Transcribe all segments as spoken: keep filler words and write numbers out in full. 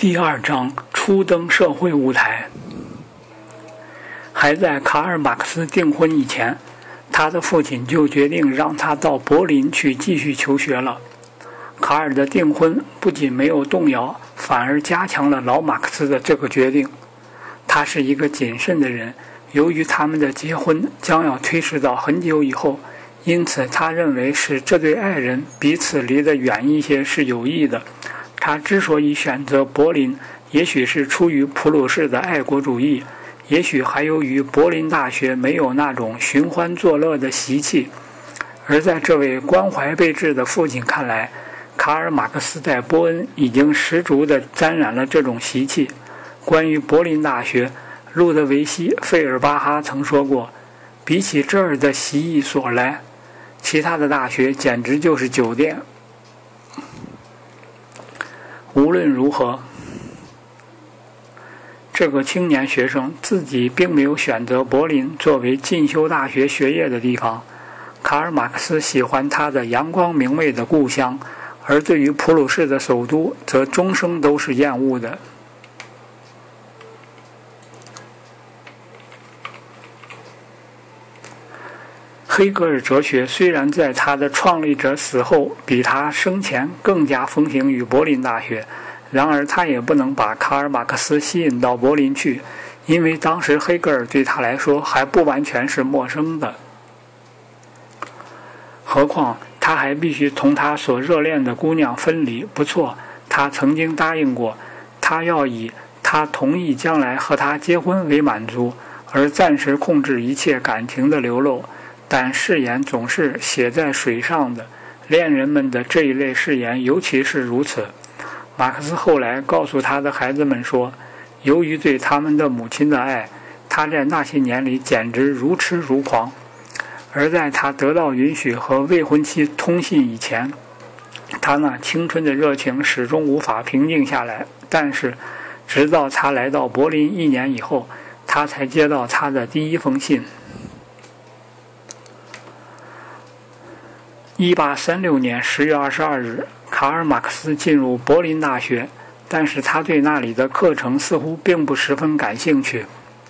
第二章初登社会舞台。还在卡尔马克思订婚以前，他的父亲就决定让他到柏林去继续求学了。卡尔的订婚不仅没有动摇，反而加强了老马克思的这个决定。他是一个谨慎的人，由于他们的结婚将要推迟到很久以后，因此他认为使这对爱人彼此离得远一些是有益的。他之所以选择柏林，也许是出于普鲁士的爱国主义，也许还由于柏林大学没有那种寻欢作乐的习气。而在这位关怀备至的父亲看来，卡尔马克思在波恩已经十足地沾染了这种习气。关于柏林大学，路德维希·费尔巴哈曾说过，比起这儿的习艺所来，其他的大学简直就是酒店。无论如何，这个青年学生自己并没有选择柏林作为进修大学学业的地方。卡尔马克思喜欢他的阳光明媚的故乡，而对于普鲁士的首都则终生都是厌恶的。黑格尔哲学虽然在他的创立者死后比他生前更加风行于柏林大学，然而他也不能把卡尔马克思吸引到柏林去，因为当时黑格尔对他来说还不完全是陌生的。何况他还必须同他所热恋的姑娘分离。不错，他曾经答应过，他要以他同意将来和他结婚为满足，而暂时控制一切感情的流露。但誓言总是写在水上的，恋人们的这一类誓言尤其是如此。马克思后来告诉他的孩子们说，由于对他们的母亲的爱，他在那些年里简直如痴如狂。而在他得到允许和未婚妻通信以前，他那青春的热情始终无法平静下来。但是直到他来到柏林一年以后，他才接到他的第一封信。一八三六年十月二十二日，卡尔马克思进入柏林大学，但是他对那里的课程似乎并不十分感兴趣。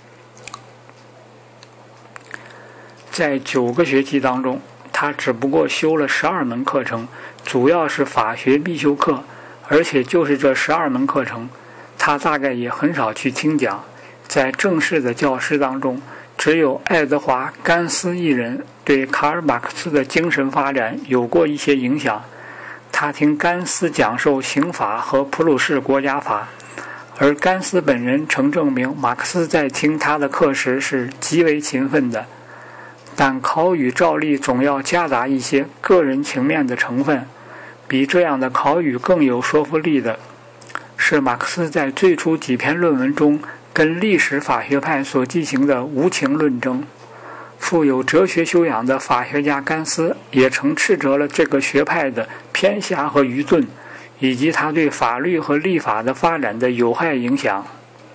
在九个学期当中，他只不过修了十二门课程，主要是法学必修课，而且就是这十二门课程，他大概也很少去听讲。在正式的教师当中，只有爱德华·甘斯一人对卡尔马克思的精神发展有过一些影响。他听甘斯讲授刑法和普鲁士国家法，而甘斯本人曾证明马克思在听他的课时是极为勤奋的。但考语照例总要夹杂一些个人情面的成分，比这样的考语更有说服力的是马克思在最初几篇论文中跟历史法学派所进行的无情论争。富有哲学修养的法学家甘斯也曾斥责了这个学派的偏狭和愚钝，以及他对法律和立法的发展的有害影响。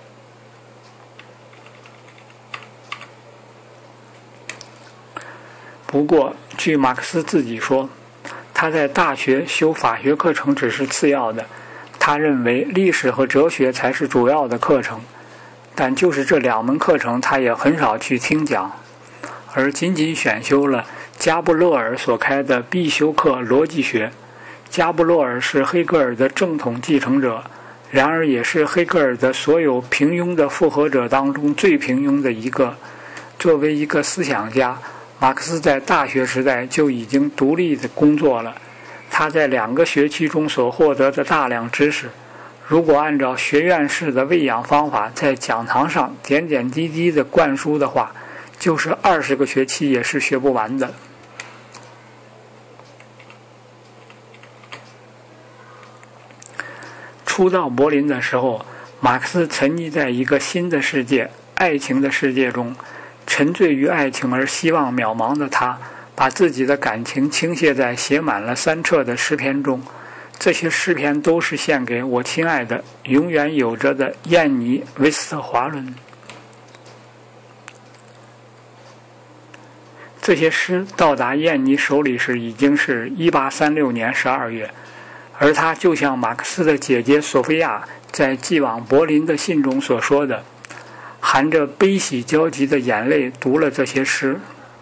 不过据马克思自己说，他在大学修法学课程只是次要的，他认为历史和哲学才是主要的课程。但就是这两门课程他也很少去听讲，而仅仅选修了加布洛尔所开的必修课逻辑学。加布洛尔是黑格尔的正统继承者，然而也是黑格尔的所有平庸的复合者当中最平庸的一个。作为一个思想家，马克思在大学时代就已经独立的工作了。他在两个学期中所获得的大量知识，如果按照学院式的喂养方法在讲堂上点点滴滴的灌输的话，就是二十个学期也是学不完的。初到柏林的时候，马克思沉溺在一个新的世界，爱情的世界中。沉醉于爱情而希望渺茫的他，把自己的感情倾泻在写满了三册的诗篇中。这些诗篇都是献给我亲爱的永远有着的燕妮·维斯特华伦。这些诗到达燕妮手里时已经是一八三六年十二月， 而他就像马克思的姐姐索菲亚在寄往柏林的信中所说的，含着悲喜交集的眼泪读了这些诗。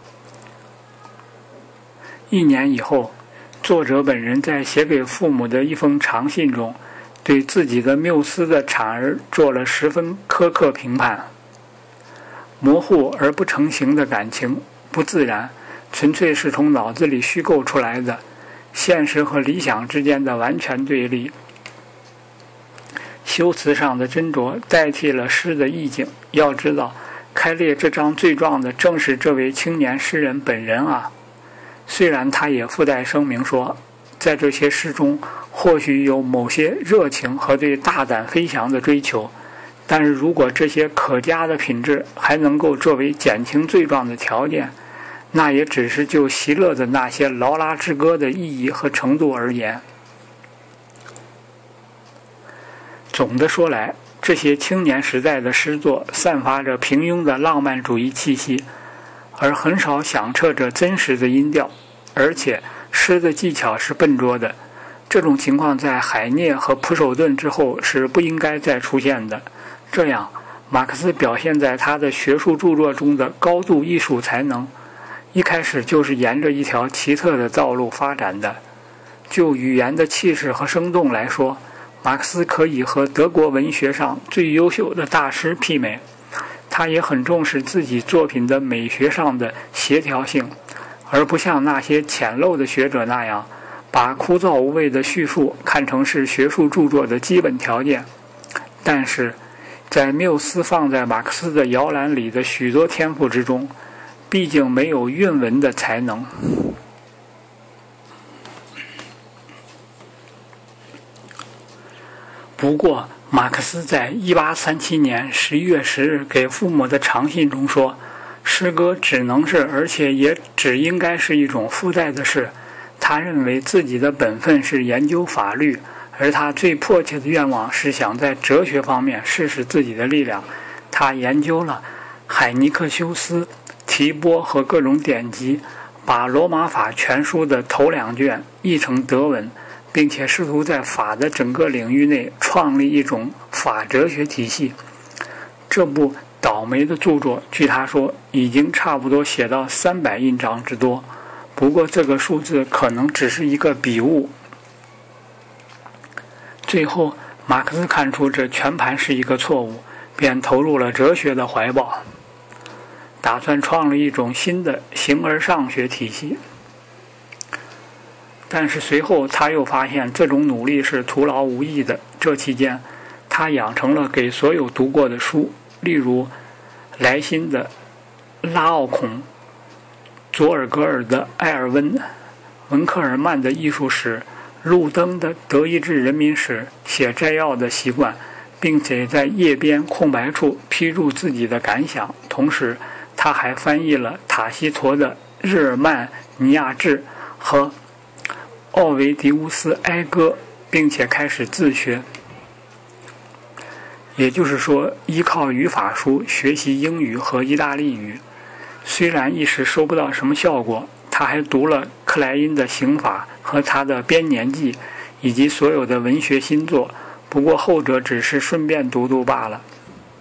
一年以后，作者本人在写给父母的一封长信中，对自己的缪斯的产儿做了十分苛刻评判。模糊而不成形的感情，不自然，纯粹是从脑子里虚构出来的，现实和理想之间的完全对立。修辞上的斟酌代替了诗的意境。要知道，开列这张罪状的正是这位青年诗人本人啊。虽然他也附带声明说，在这些诗中或许有某些热情和对大胆飞翔的追求，但是如果这些可嘉的品质还能够作为减轻罪状的条件，那也只是就席勒的那些劳拉之歌的意义和程度而言。总的说来，这些青年时代的诗作散发着平庸的浪漫主义气息，而很少响彻着真实的音调，而且诗的技巧是笨拙的。这种情况在海涅和普守顿之后是不应该再出现的。这样，马克思表现在他的学术著作中的高度艺术才能，一开始就是沿着一条奇特的道路发展的。就语言的气势和生动来说，马克思可以和德国文学上最优秀的大师媲美。他也很重视自己作品的美学上的协调性，而不像那些浅陋的学者那样，把枯燥无味的叙述看成是学术著作的基本条件。但是，在缪斯放在马克思的摇篮里的许多天赋之中，毕竟没有韵文的才能。不过，马克思在一八三七年十一月十日给父母的长信中说，诗歌只能是，而且也只应该是一种附带的事。他认为自己的本分是研究法律，而他最迫切的愿望是想在哲学方面试试自己的力量。他研究了海尼克修斯、提波和各种典籍，把罗马法全书的头两卷译成德文，并且试图在法的整个领域内创立一种法哲学体系。这部倒霉的著作，据他说，已经差不多写到三百印章之多。不过这个数字可能只是一个笔误。最后，马克思看出这全盘是一个错误，便投入了哲学的怀抱，打算创立一种新的形而上学体系。但是随后他又发现这种努力是徒劳无益的。这期间，他养成了给所有读过的书，例如莱辛的《拉奥孔》、佐尔格尔的《埃尔温》、文克尔曼的艺术史、路登的德意志人民史写摘要的习惯，并且在页边空白处批注自己的感想。同时，他还翻译了塔西佗的《日耳曼尼亚志》和奥维狄乌斯哀歌，并且开始自学。也就是说，依靠语法书学习英语和意大利语。虽然一时收不到什么效果，他还读了克莱因的刑法和他的编年记，以及所有的文学新作，不过后者只是顺便读读罢了。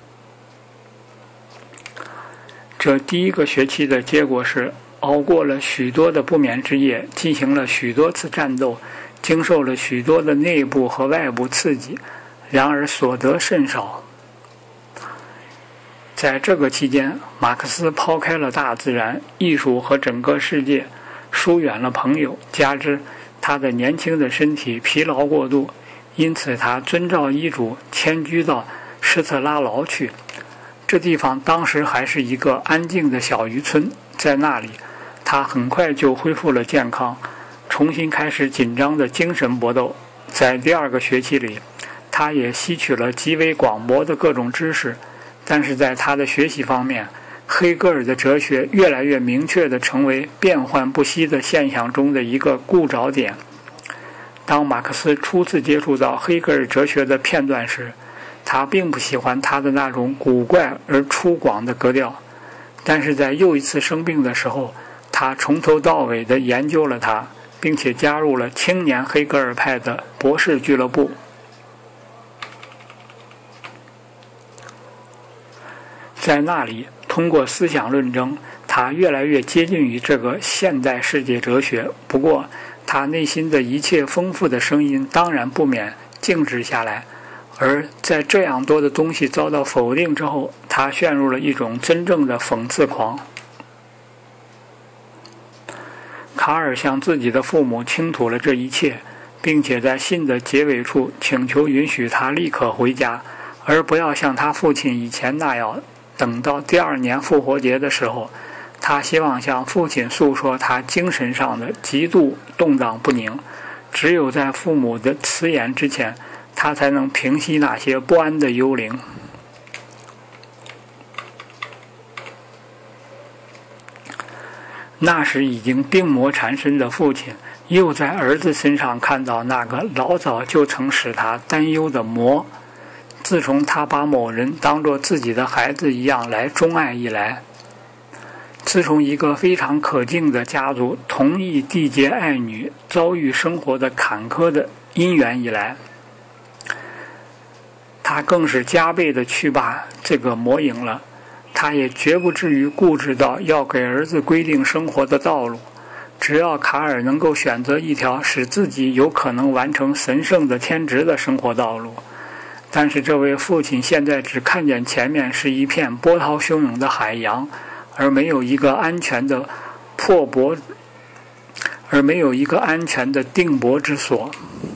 这第一个学期的结果是熬过了许多的不眠之夜，进行了许多次战斗，经受了许多的内部和外部刺激，然而所得甚少。在这个期间，马克思抛开了大自然、艺术和整个世界，疏远了朋友，加之他的年轻的身体疲劳过度，因此他遵照医嘱迁居到施特拉劳去。这地方当时还是一个安静的小渔村，在那里他很快就恢复了健康，重新开始紧张的精神搏斗。在第二个学期里，他也吸取了极为广博的各种知识，但是在他的学习方面，黑格尔的哲学越来越明确地成为变幻不息的现象中的一个固着点。当马克思初次接触到黑格尔哲学的片段时，他并不喜欢他的那种古怪而粗犷的格调，但是在又一次生病的时候，他从头到尾地研究了它， 并且加入了青年黑格尔派的博士俱乐部。在那里，通过思想论证，他越来越接近于这个现代世界哲学。不过，他内心的一切丰富的声音当然不免静止下来。而在这样多的东西遭到否定之后，他陷入了一种真正的讽刺狂。卡尔向自己的父母倾吐了这一切，并且在信的结尾处请求允许他立刻回家，而不要像他父亲以前那样等到第二年复活节的时候。他希望向父亲诉说他精神上的极度动荡不宁，只有在父母的辞言之前，他才能平息那些不安的幽灵。那时已经病魔缠身的父亲，又在儿子身上看到那个老早就曾使他担忧的魔。自从他把某人当作自己的孩子一样来钟爱以来，自从一个非常可敬的家族同意缔结爱女遭遇生活的坎坷的因缘以来，他更是加倍的去把这个魔赢了。他也绝不至于固执到要给儿子规定生活的道路，只要卡尔能够选择一条使自己有可能完成神圣的天职的生活道路。但是这位父亲现在只看见前面是一片波涛汹涌的海洋，而没有一个安全的破泊，而没有一个安全的定泊之所。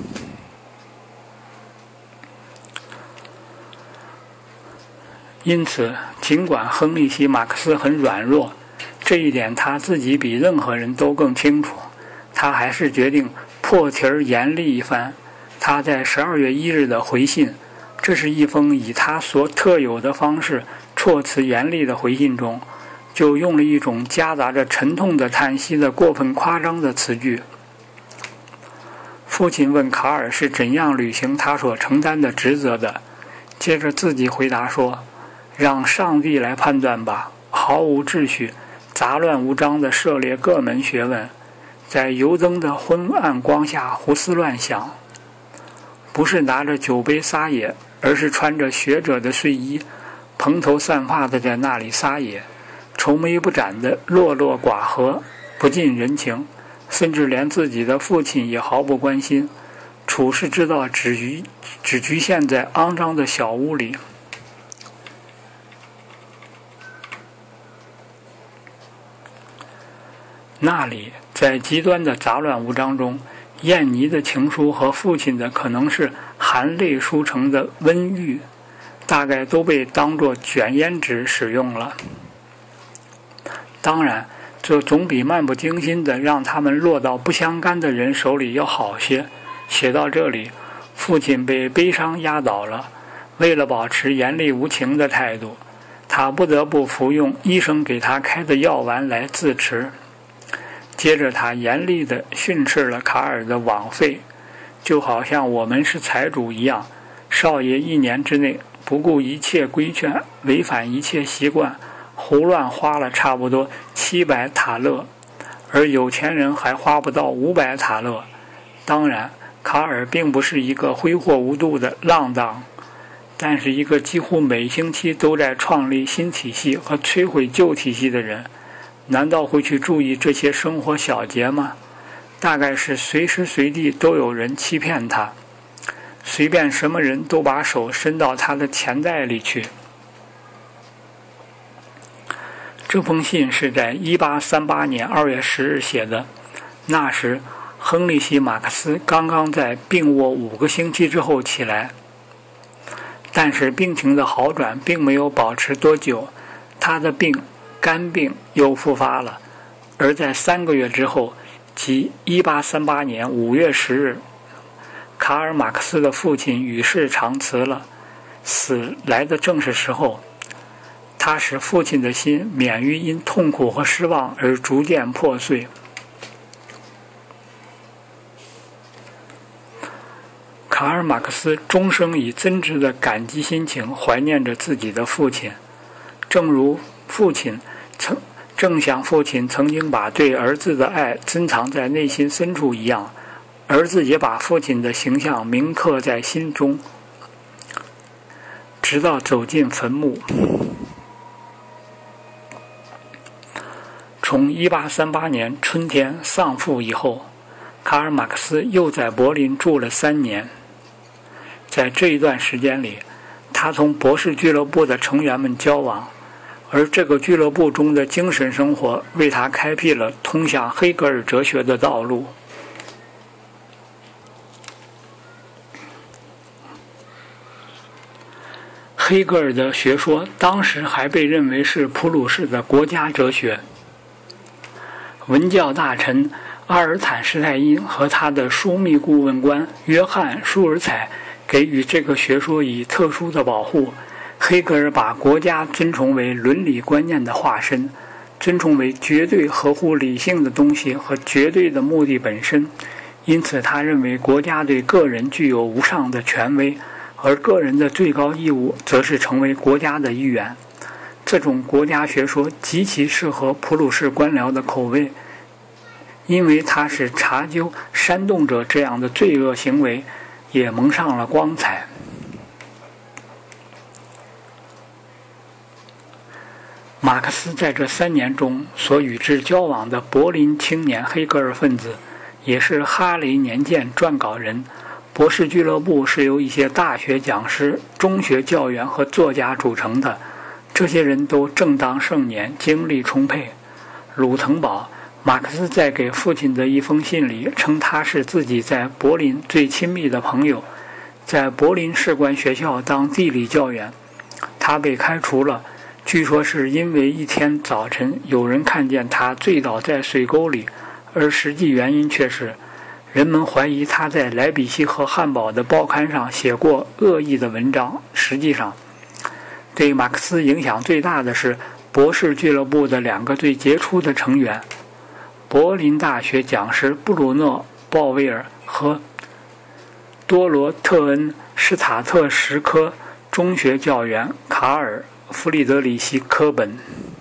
因此，尽管亨利希·马克思很软弱，这一点他自己比任何人都更清楚，他还是决定破题儿严厉一番。他在十二月一日的回信，这是一封以他所特有的方式措辞严厉的回信中，就用了一种夹杂着沉痛的叹息的过分夸张的词句。父亲问卡尔是怎样履行他所承担的职责的，接着自己回答说：让上帝来判断吧，毫无秩序、杂乱无章地涉猎各门学问，在油灯的昏暗光下胡思乱想，不是拿着酒杯撒野，而是穿着学者的睡衣，蓬头散发地在那里撒野，愁眉不展的落落寡合，不近人情，甚至连自己的父亲也毫不关心，处事之道只局只局限在肮脏的小屋里。那里，在极端的杂乱无章中，燕妮的情书和父亲的可能是含泪书成的温玉，大概都被当作卷烟纸使用了。当然，这总比漫不经心的让他们落到不相干的人手里要好些。写到这里，父亲被悲伤压倒了，为了保持严厉无情的态度，他不得不服用医生给他开的药丸来自持。接着他严厉地训斥了卡尔的枉费，就好像我们是财主一样，少爷一年之内不顾一切规劝，违反一切习惯，胡乱花了差不多七百塔勒，而有钱人还花不到五百塔勒。当然，卡尔并不是一个挥霍无度的浪荡，但是一个几乎每星期都在创立新体系和摧毁旧体系的人，难道会去注意这些生活小节吗？大概是随时随地都有人欺骗他，随便什么人都把手伸到他的钱袋里去。这封信是在一八三八年二月十日写的，那时亨利希·马克思刚刚在病卧五个星期之后起来，但是病情的好转并没有保持多久，他的病肝病又复发了，而在三个月之后，即一八三八年五月十日，卡尔·马克思的父亲与世长辞了，死来的正是时候。他使父亲的心免于因痛苦和失望而逐渐破碎。卡尔·马克思终生以真挚的感激心情怀念着自己的父亲，正如父亲曾正像父亲曾经把对儿子的爱珍藏在内心深处一样，儿子也把父亲的形象铭刻在心中，直到走进坟墓。从一八三八年春天丧父以后，卡尔马克思又在柏林住了三年。在这一段时间里，他同博士俱乐部的成员们交往，而这个俱乐部中的精神生活为他开辟了通向黑格尔哲学的道路。黑格尔的学说当时还被认为是普鲁士的国家哲学。文教大臣阿尔坦施泰因和他的枢密顾问官约翰舒尔采给予这个学说以特殊的保护。黑格尔把国家尊崇为伦理观念的化身，尊崇为绝对合乎理性的东西和绝对的目的本身，因此他认为国家对个人具有无上的权威，而个人的最高义务则是成为国家的一员。这种国家学说极其适合普鲁士官僚的口味，因为它使查究煽动者这样的罪恶行为也蒙上了光彩。马克思在这三年中所与之交往的柏林青年黑格尔分子，也是哈雷年鉴撰稿人。博士俱乐部是由一些大学讲师、中学教员和作家组成的，这些人都正当盛年，精力充沛。鲁滕堡，马克思在给父亲的一封信里称他是自己在柏林最亲密的朋友，在柏林士官学校当地理教员。他被开除了，据说是因为一天早晨有人看见他醉倒在水沟里，而实际原因却是人们怀疑他在莱比锡和汉堡的报刊上写过恶意的文章。实际上，对马克思影响最大的是博士俱乐部的两个最杰出的成员，柏林大学讲师布鲁诺·鲍威尔和多罗特恩·施塔特什科中学教员卡尔·弗里德里希·科本。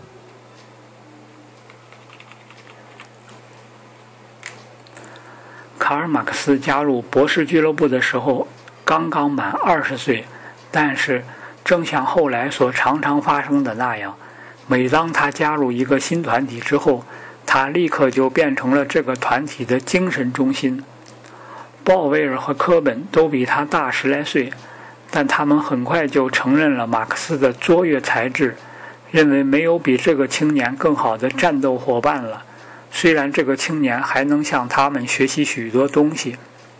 卡尔·马克思加入博士俱乐部的时候刚刚满二十岁，但是正像后来所常常发生的那样，每当他加入一个新团体之后，他立刻就变成了这个团体的精神中心。鲍威尔和科本都比他大十来岁，但他们很快就承认了马克思的卓越才智，认为没有比这个青年更好的战斗伙伴了，虽然这个青年还能向他们学习许多东西。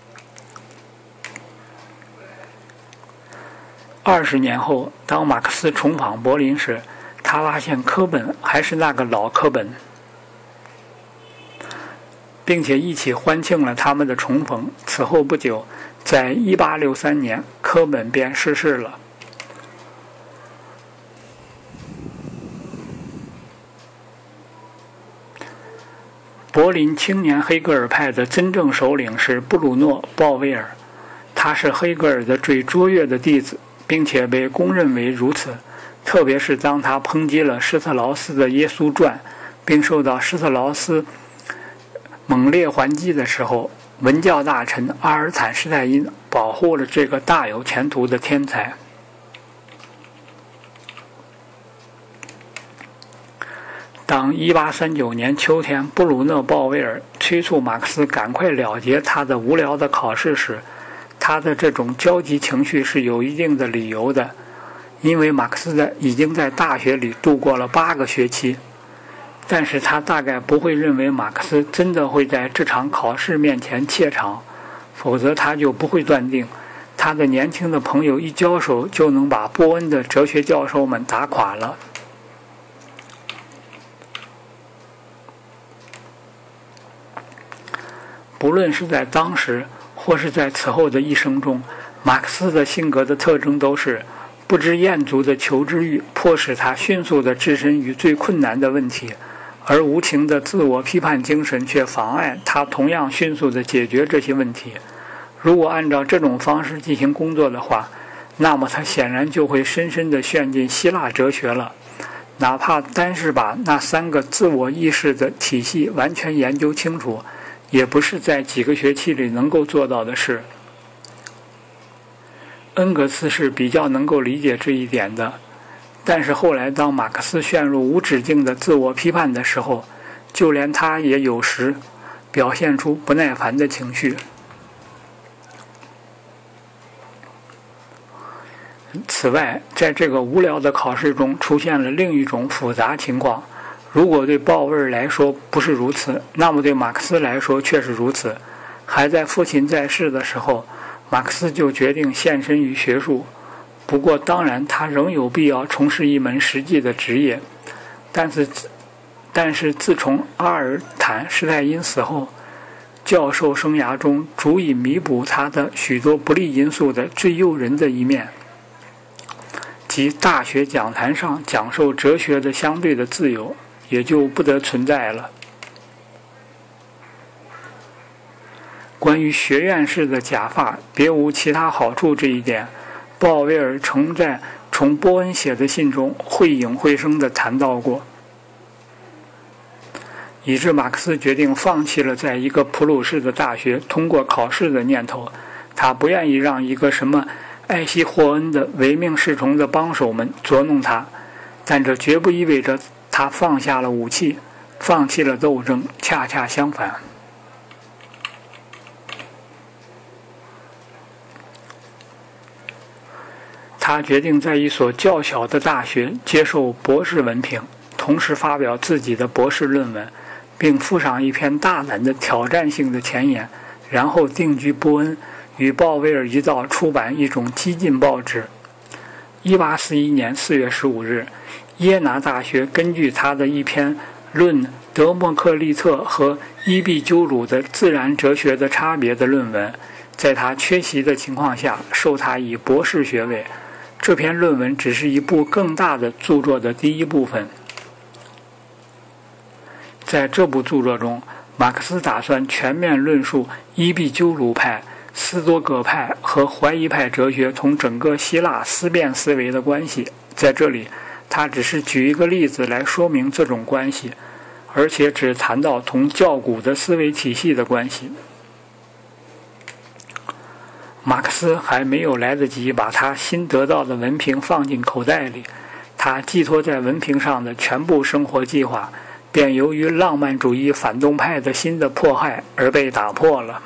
二十年后，当马克思重访柏林时，他发现科本还是那个老科本，并且一起欢庆了他们的重逢。此后不久，在一八六三年，科本便逝世了。柏林青年黑格尔派的真正首领是布鲁诺·鲍威尔，他是黑格尔的最卓越的弟子，并且被公认为如此。特别是当他抨击了施特劳斯的《耶稣传》，并受到施特劳斯猛烈还击的时候，文教大臣阿尔坦施泰因保护了这个大有前途的天才。当一八三九年秋天，布鲁诺·鲍威尔催促马克思赶快了结他的无聊的考试时，他的这种焦急情绪是有一定的理由的，因为马克思在已经在大学里度过了八个学期。但是他大概不会认为马克思真的会在这场考试面前怯场，否则他就不会断定他的年轻的朋友一交手就能把波恩的哲学教授们打垮了。不论是在当时或是在此后的一生中，马克思的性格的特征都是不知厌足的求知欲迫使他迅速地置身于最困难的问题，而无情的自我批判精神却妨碍他同样迅速地解决这些问题。如果按照这种方式进行工作的话，那么他显然就会深深地陷进希腊哲学了。 哪怕单是把那三个自我意识的体系完全研究清楚，也不是在几个学期里能够做到的事。恩格斯是比较能够理解这一点的，但是后来当马克思陷入无止境的自我批判的时候，就连他也有时表现出不耐烦的情绪。此外，在这个无聊的考试中出现了另一种复杂情况，如果对鲍威尔来说不是如此，那么对马克思来说却是如此。还在父亲在世的时候，马克思就决定献身于学术，不过当然他仍有必要从事一门实际的职业。但是但是自从阿尔坦施泰因死后，教授生涯中足以弥补他的许多不利因素的最诱人的一面，即大学讲坛上讲授哲学的相对的自由，也就不得存在了。关于学院式的假发别无其他好处这一点，鲍威尔曾在从波恩写的信中绘影绘声地谈到过，以致马克思决定放弃了在一个普鲁士的大学通过考试的念头。他不愿意让一个什么艾希霍恩的唯命是从的帮手们捉弄他，但这绝不意味着他放下了武器，放弃了斗争，恰恰相反。他决定在一所较小的大学接受博士文凭，同时发表自己的博士论文，并附上一篇大胆的挑战性的前言，然后定居波恩，与鲍威尔一道出版一种激进报纸。一八四一年四月十五日，耶拿大学根据他的一篇论德谟克利特和伊壁鸠鲁的自然哲学的差别的论文，在他缺席的情况下授他以博士学位。这篇论文只是一部更大的著作的第一部分。在这部著作中，马克思打算全面论述伊壁鸠鲁派、斯多葛派和怀疑派哲学同整个希腊思辨思维的关系。在这里，他只是举一个例子来说明这种关系，而且只谈到同较古的思维体系的关系。马克思还没有来得及把他新得到的文凭放进口袋里，他寄托在文凭上的全部生活计划便由于浪漫主义反动派的新的迫害而被打破了。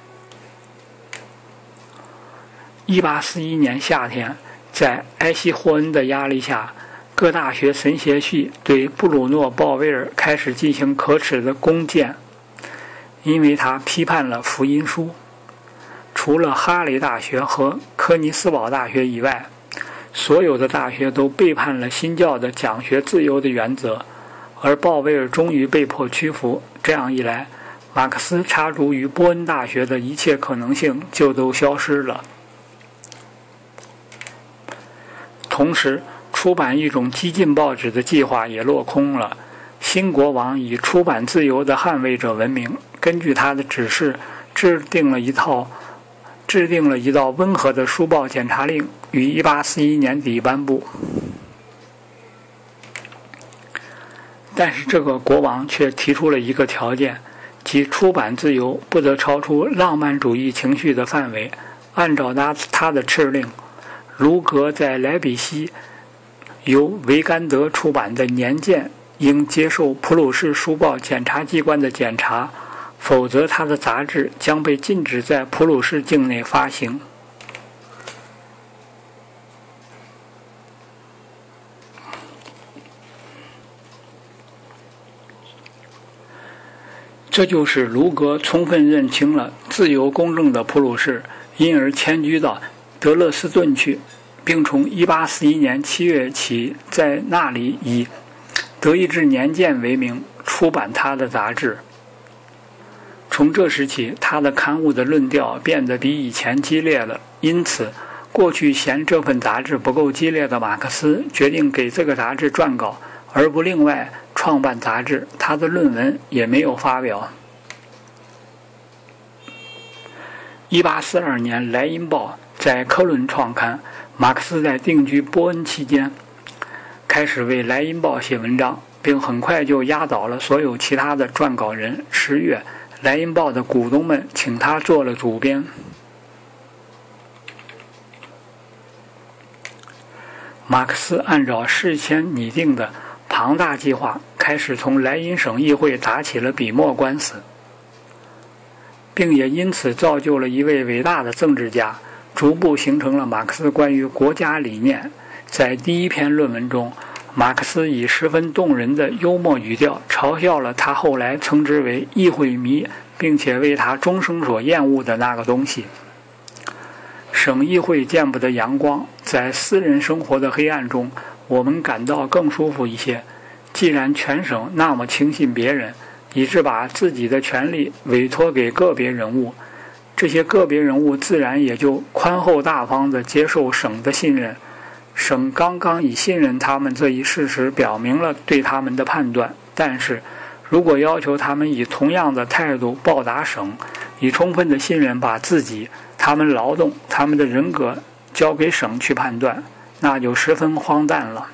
一八四一年夏天，在埃希霍恩的压力下，各大学神学系对布鲁诺·鲍威尔开始进行可耻的攻谏，因为他批判了福音书。除了哈雷大学和科尼斯堡大学以外，所有的大学都背叛了新教的讲学自由的原则，而鲍威尔终于被迫屈服。这样一来，马克思插足于波恩大学的一切可能性就都消失了。同时，出版一种激进报纸的计划也落空了。新国王以出版自由的捍卫者闻名，根据他的指示制定了一套制定了一道温和的书报检查令，于一八四一年底颁布。但是这个国王却提出了一个条件，即出版自由不得超出浪漫主义情绪的范围。按照他他的敕令，卢格在莱比锡由维甘德出版的年鉴应接受普鲁士书报检察机关的检查，否则他的杂志将被禁止在普鲁士境内发行。这就是卢格充分认清了自由公正的普鲁士，因而迁居到德勒斯顿去，并从一八四一年七月起在那里以德意志年鉴为名出版他的杂志。从这时起，他的刊物的论调变得比以前激烈了，因此过去嫌这份杂志不够激烈的马克思决定给这个杂志撰稿，而不另外创办杂志。他的论文也没有发表。一八四二年，《莱茵报》在科伦创刊。马克思在定居波恩期间， 开始为《莱茵报》写文章，并很快就压倒了所有其他的撰稿人。十月，《莱茵报》的股东们请他做了主编。马克思按照事先拟定的庞大计划，开始从莱茵省议会打起了笔墨官司，并也因此造就了一位伟大的政治家，逐步形成了马克思关于国家理念。在第一篇论文中，马克思以十分动人的幽默语调嘲笑了他后来称之为议会迷，并且为他终生所厌恶的那个东西。省议会见不得阳光，在私人生活的黑暗中，我们感到更舒服一些。既然全省那么轻信别人，以致把自己的权利委托给个别人物，这些个别人物自然也就宽厚大方地接受省的信任。省刚刚以信任他们这一事实表明了对他们的判断，但是如果要求他们以同样的态度报答省，以充分的信任把自己、他们劳动、他们的人格交给省去判断，那就十分荒诞了。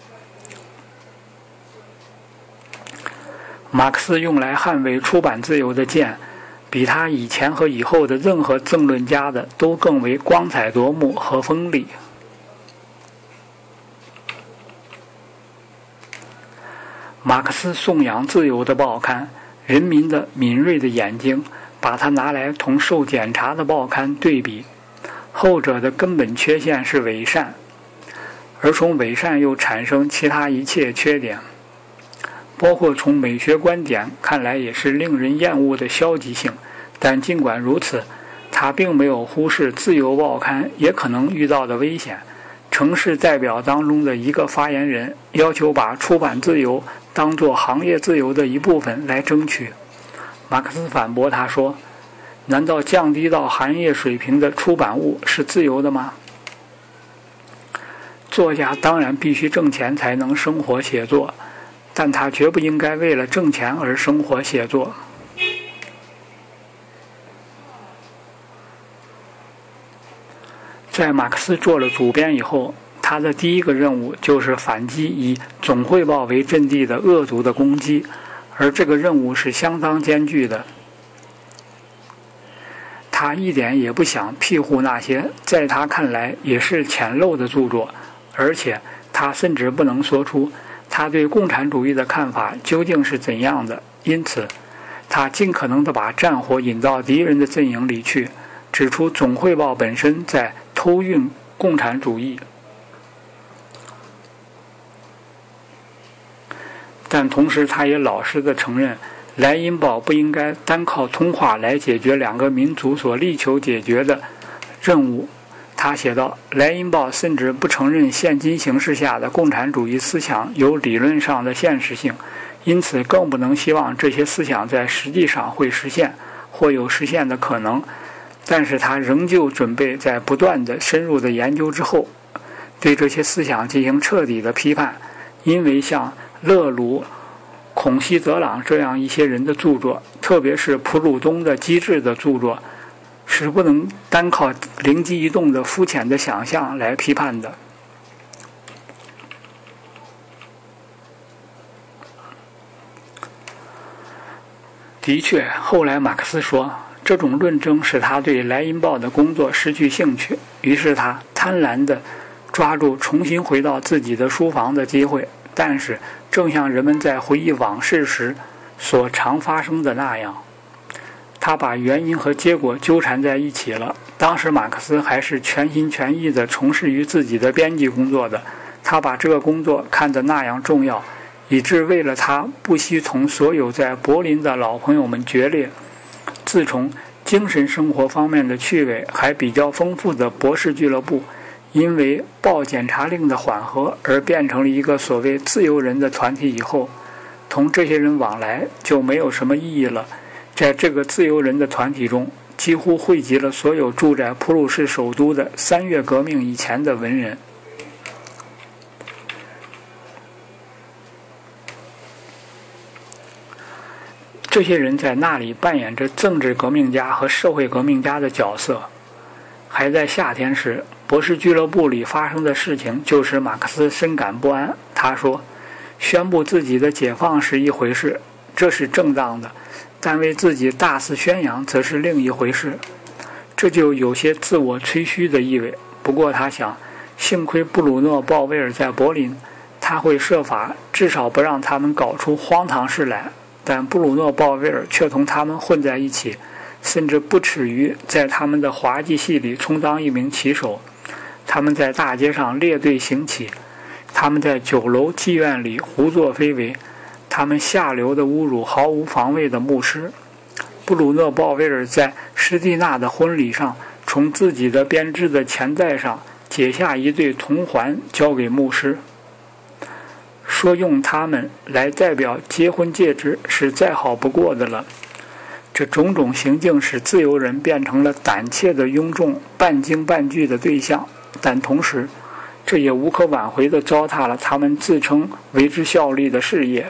马克思用来捍卫出版自由的剑，比他以前和以后的任何政论家的都更为光彩夺目和锋利。马克思颂扬自由的报刊，人民的敏锐的眼睛把它拿来同受检查的报刊对比，后者的根本缺陷是伪善，而从伪善又产生其他一切缺点，包括从美学观点看来也是令人厌恶的消极性。但尽管如此，他并没有忽视自由报刊也可能遇到的危险。城市代表当中的一个发言人要求把出版自由当作行业自由的一部分来争取。马克思反驳他说，难道降低到行业水平的出版物是自由的吗？作家当然必须挣钱才能生活写作，但他绝不应该为了挣钱而生活写作。在马克思做了主编以后，他的第一个任务就是反击以总汇报为阵地的恶毒的攻击，而这个任务是相当艰巨的。他一点也不想庇护那些在他看来也是浅陋的著作，而且他甚至不能说出他对共产主义的看法究竟是怎样的。因此他尽可能地把战火引到敌人的阵营里去，指出总汇报本身在偷运共产主义。但同时他也老实地承认，莱茵报不应该单靠通话来解决两个民族所力求解决的任务。他写道，莱茵报甚至不承认现今形势下的共产主义思想有理论上的现实性，因此更不能希望这些思想在实际上会实现或有实现的可能。但是他仍旧准备在不断的深入的研究之后，对这些思想进行彻底的批判，因为像勒鲁、孔希泽朗这样一些人的著作，特别是普鲁东的机智的著作，是不能单靠灵机一动的肤浅的想象来批判的。的确，后来马克思说，这种论争使他对莱茵报的工作失去兴趣，于是他贪婪地抓住重新回到自己的书房的机会。但是正像人们在回忆往事时所常发生的那样，他把原因和结果纠缠在一起了。当时马克思还是全心全意地从事于自己的编辑工作的，他把这个工作看得那样重要，以致为了他不惜同所有在柏林的老朋友们决裂。自从精神生活方面的趣味还比较丰富的博士俱乐部，因为报检查令的缓和而变成了一个所谓自由人的团体以后，同这些人往来就没有什么意义了。在这个自由人的团体中，几乎汇集了所有住在普鲁士首都的三月革命以前的文人。这些人在那里扮演着政治革命家和社会革命家的角色。还在夏天时，博士俱乐部里发生的事情就使马克思深感不安。他他说，宣布自己的解放是一回事，这是正当的，但为自己大肆宣扬则是另一回事。这就有些自我吹嘘的意味。不过他想，幸亏布鲁诺·鲍威尔在柏林，他会设法至少不让他们搞出荒唐事来。但布鲁诺·鲍威尔却同他们混在一起，甚至不耻于在他们的滑稽戏里充当一名骑手。他们在大街上列队行乞，他们在酒楼妓院里胡作非为，他们下流的侮辱毫无防卫的牧师。布鲁诺·鲍威尔在施蒂娜的婚礼上，从自己的编织的钱袋上解下一对铜环交给牧师，说用它们来代表结婚戒指是再好不过的了。这种种行径使自由人变成了胆怯的庸众半惊半惧的对象，但同时这也无可挽回地糟蹋了他们自称为之效力的事业。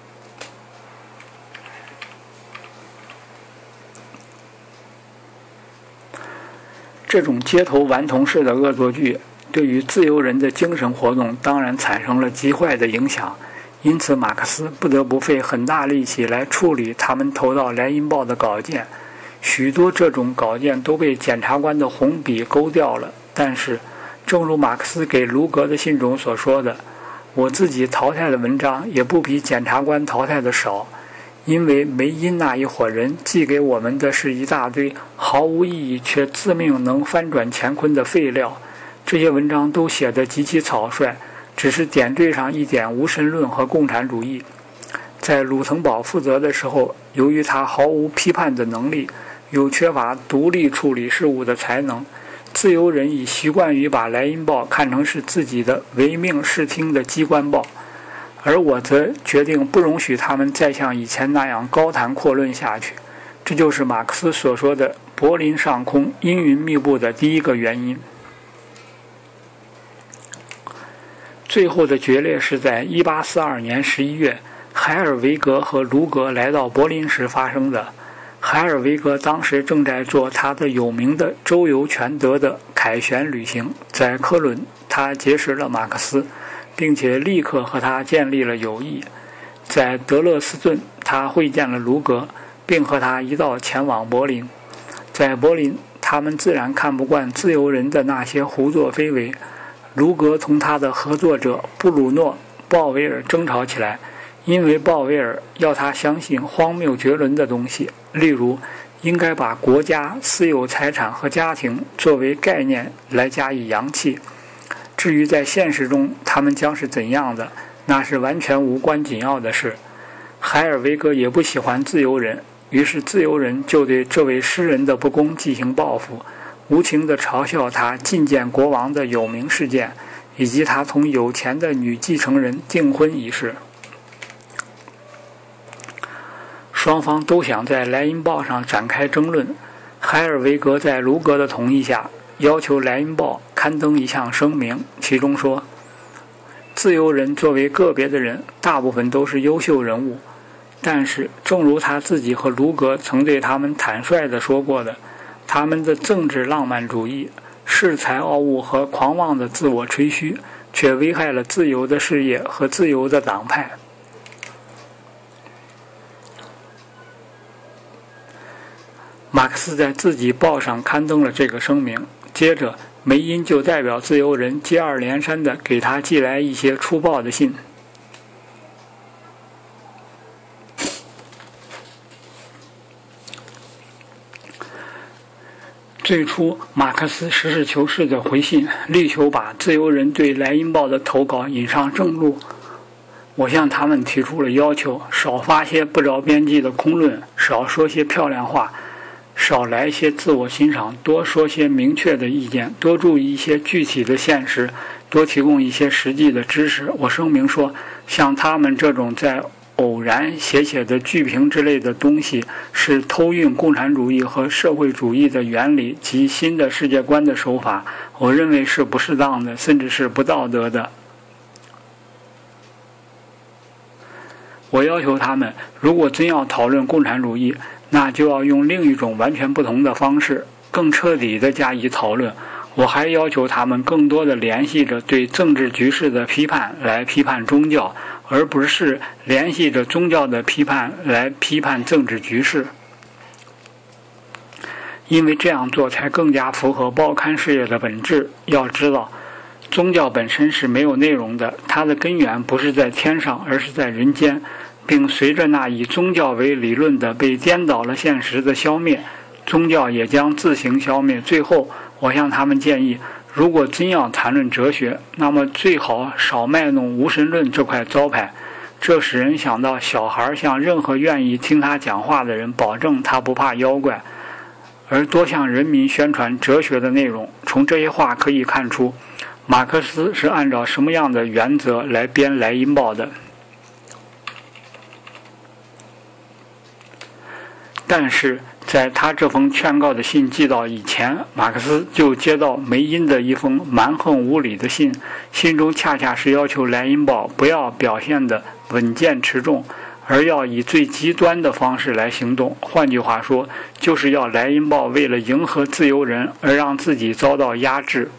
这种街头顽童式的恶作剧对于自由人的精神活动当然产生了极坏的影响，因此马克思不得不费很大力气来处理他们投到莱茵报的稿件。许多这种稿件都被检察官的红笔勾掉了，但是正如马克思给卢格的信中所说的，我自己淘汰的文章也不比检察官淘汰的少，因为梅因那一伙人寄给我们的是一大堆毫无意义却自命能翻转乾坤的废料。这些文章都写得极其草率，只是点缀上一点无神论和共产主义。在鲁滕堡负责的时候，由于他毫无批判的能力，又缺乏独立处理事务的才能，自由人已习惯于把莱茵报看成是自己的唯命是听的机关报，而我则决定不容许他们再像以前那样高谈阔论下去。这就是马克思所说的柏林上空阴云密布的第一个原因。最后的决裂是在一八四二年十一月，海尔维格和卢格来到柏林时发生的。海尔维格当时正在做他的有名的周游全德的凯旋旅行，在科伦他结识了马克思，并且立刻和他建立了友谊。在德勒斯顿他会见了卢格，并和他一道前往柏林。在柏林，他们自然看不惯自由人的那些胡作非为。卢格同他的合作者布鲁诺·鲍威尔争吵起来，因为鲍威尔要他相信荒谬绝伦的东西，例如应该把国家、私有财产和家庭作为概念来加以扬弃。至于在现实中他们将是怎样的，那是完全无关紧要的事。海尔维格也不喜欢自由人，于是自由人就对这位诗人的不公进行报复，无情地嘲笑他觐见国王的有名事件，以及他同有钱的女继承人订婚一事。双方都想在莱茵报上展开争论。海尔维格在卢格的同意下，要求莱茵报刊登一项声明，其中说，自由人作为个别的人，大部分都是优秀人物，但是正如他自己和卢格曾对他们坦率地说过的，他们的政治浪漫主义、恃才傲物和狂妄的自我吹嘘，却危害了自由的事业和自由的党派。马克思在自己报上刊登了这个声明，接着梅因就代表自由人接二连三地给他寄来一些粗暴的信。最初马克思实事求是地回信，力求把自由人对莱茵报的投稿引上正路。我向他们提出了要求，少发些不着边际的空论，少说些漂亮话，少来些自我欣赏，多说些明确的意见，多注意一些具体的现实，多提供一些实际的知识。我声明说，像他们这种在偶然写写的剧评之类的东西，是偷运共产主义和社会主义的原理及新的世界观的手法，我认为是不适当的，甚至是不道德的。我要求他们，如果真要讨论共产主义，那就要用另一种完全不同的方式，更彻底地加以讨论。 我还要求他们更多的联系着对政治局势的批判来批判宗教，而不是联系着宗教的批判来批判政治局势。因为这样做才更加符合报刊事业的本质。要知道，宗教本身是没有内容的，它的根源不是在天上，而是在人间，并随着那以宗教为理论的被颠倒了现实的消灭，宗教也将自行消灭。最后，我向他们建议，如果真要谈论哲学，那么最好少卖弄无神论这块招牌，这使人想到小孩向任何愿意听他讲话的人保证他不怕妖怪，而多向人民宣传哲学的内容。从这些话可以看出，马克思是按照什么样的原则来编《莱茵报》的。但是在他这封劝告的信寄到以前，马克思就接到梅因的一封蛮横无理的信，信中恰恰是要求《莱茵报》不要表现得稳健持重，而要以最极端的方式来行动。换句话说，就是要《莱茵报》为了迎合自由人而让自己遭到压制。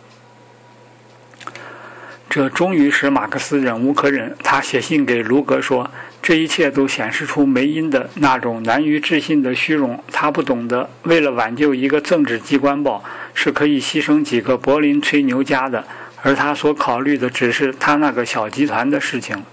这终于使马克思忍无可忍，他写信给卢格说，这一切都显示出梅因的那种难于置信的虚荣。他不懂得，为了挽救一个政治机关报，是可以牺牲几个柏林吹牛家的，而他所考虑的只是他那个小集团的事情。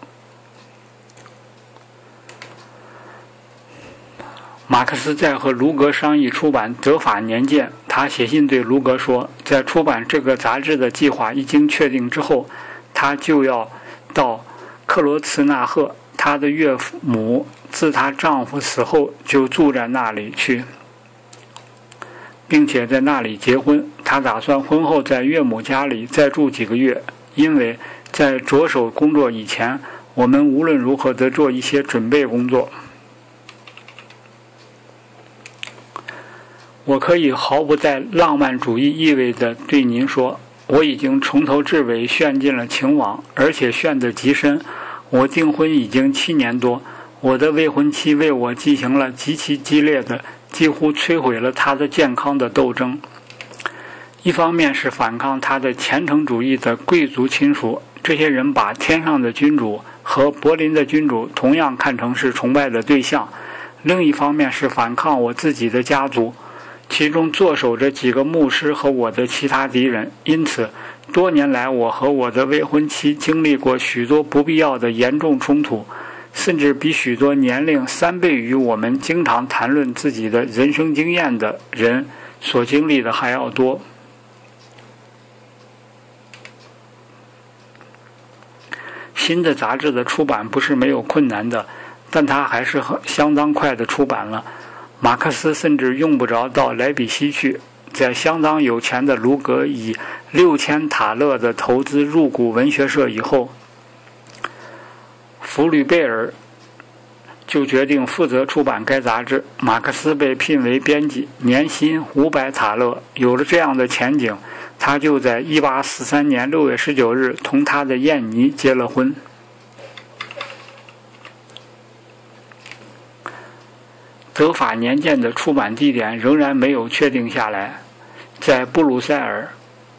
马克思在和卢格商议出版《德法年鉴》，他写信对卢格说，在出版这个杂志的计划一经确定之后，他就要到克罗茨纳赫，他的岳母自她丈夫死后就住在那里去，并且在那里结婚。他打算婚后在岳母家里再住几个月，因为在着手工作以前，我们无论如何得做一些准备工作。我可以毫不带浪漫主义意味地对您说，我已经从头至尾陷进了情网，而且陷得极深。我订婚已经七年多，我的未婚妻为我进行了极其激烈的，几乎摧毁了她的健康的斗争。一方面是反抗她的虔诚主义的贵族亲属，这些人把天上的君主和柏林的君主同样看成是崇拜的对象；另一方面是反抗我自己的家族，其中坐守着几个牧师和我的其他敌人。因此多年来，我和我的未婚妻经历过许多不必要的严重冲突，甚至比许多年龄三倍于我们经常谈论自己的人生经验的人所经历的还要多。新的杂志的出版不是没有困难的，但它还是很相当快的出版了。马克思甚至用不着到莱比锡去，在相当有钱的卢格以六千塔勒的投资入股文学社以后，弗吕贝尔就决定负责出版该杂志。马克思被聘为编辑，年薪五百塔勒。有了这样的前景，他就在一八四三年六月十九日同他的燕妮结了婚。德法年鉴的出版地点仍然没有确定下来，在布鲁塞尔、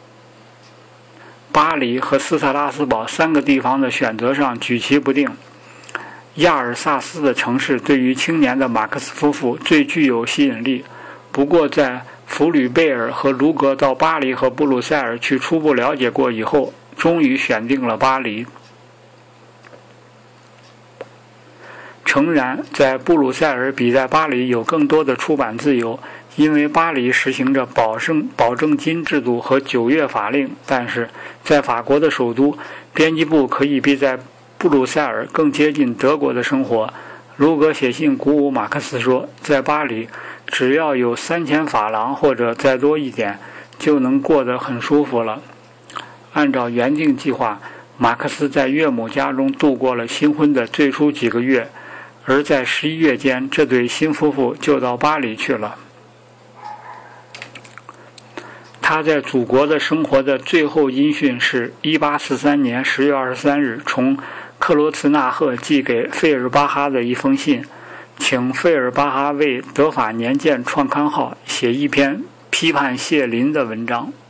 巴黎和斯特拉斯堡三个地方的选择上举棋不定。亚尔萨斯的城市对于青年的马克思夫妇最具有吸引力，不过在弗吕贝尔和卢格到巴黎和布鲁塞尔去初步了解过以后，终于选定了巴黎。诚然，在布鲁塞尔比在巴黎有更多的出版自由，因为巴黎实行着保证保证金制度和九月法令，但是在法国的首都，编辑部可以比在布鲁塞尔更接近德国的生活。卢格写信鼓舞马克思说，在巴黎只要有三千法郎或者再多一点，就能过得很舒服了。按照原定计划，马克思在岳母家中度过了新婚的最初几个月，而在十一月间，这对新夫妇就到巴黎去了。他在祖国的生活的最后音讯是一八四三年十月二十三日从克罗茨纳赫寄给费尔巴哈的一封信，请费尔巴哈为德法年鉴创刊号写一篇批判谢林的文章。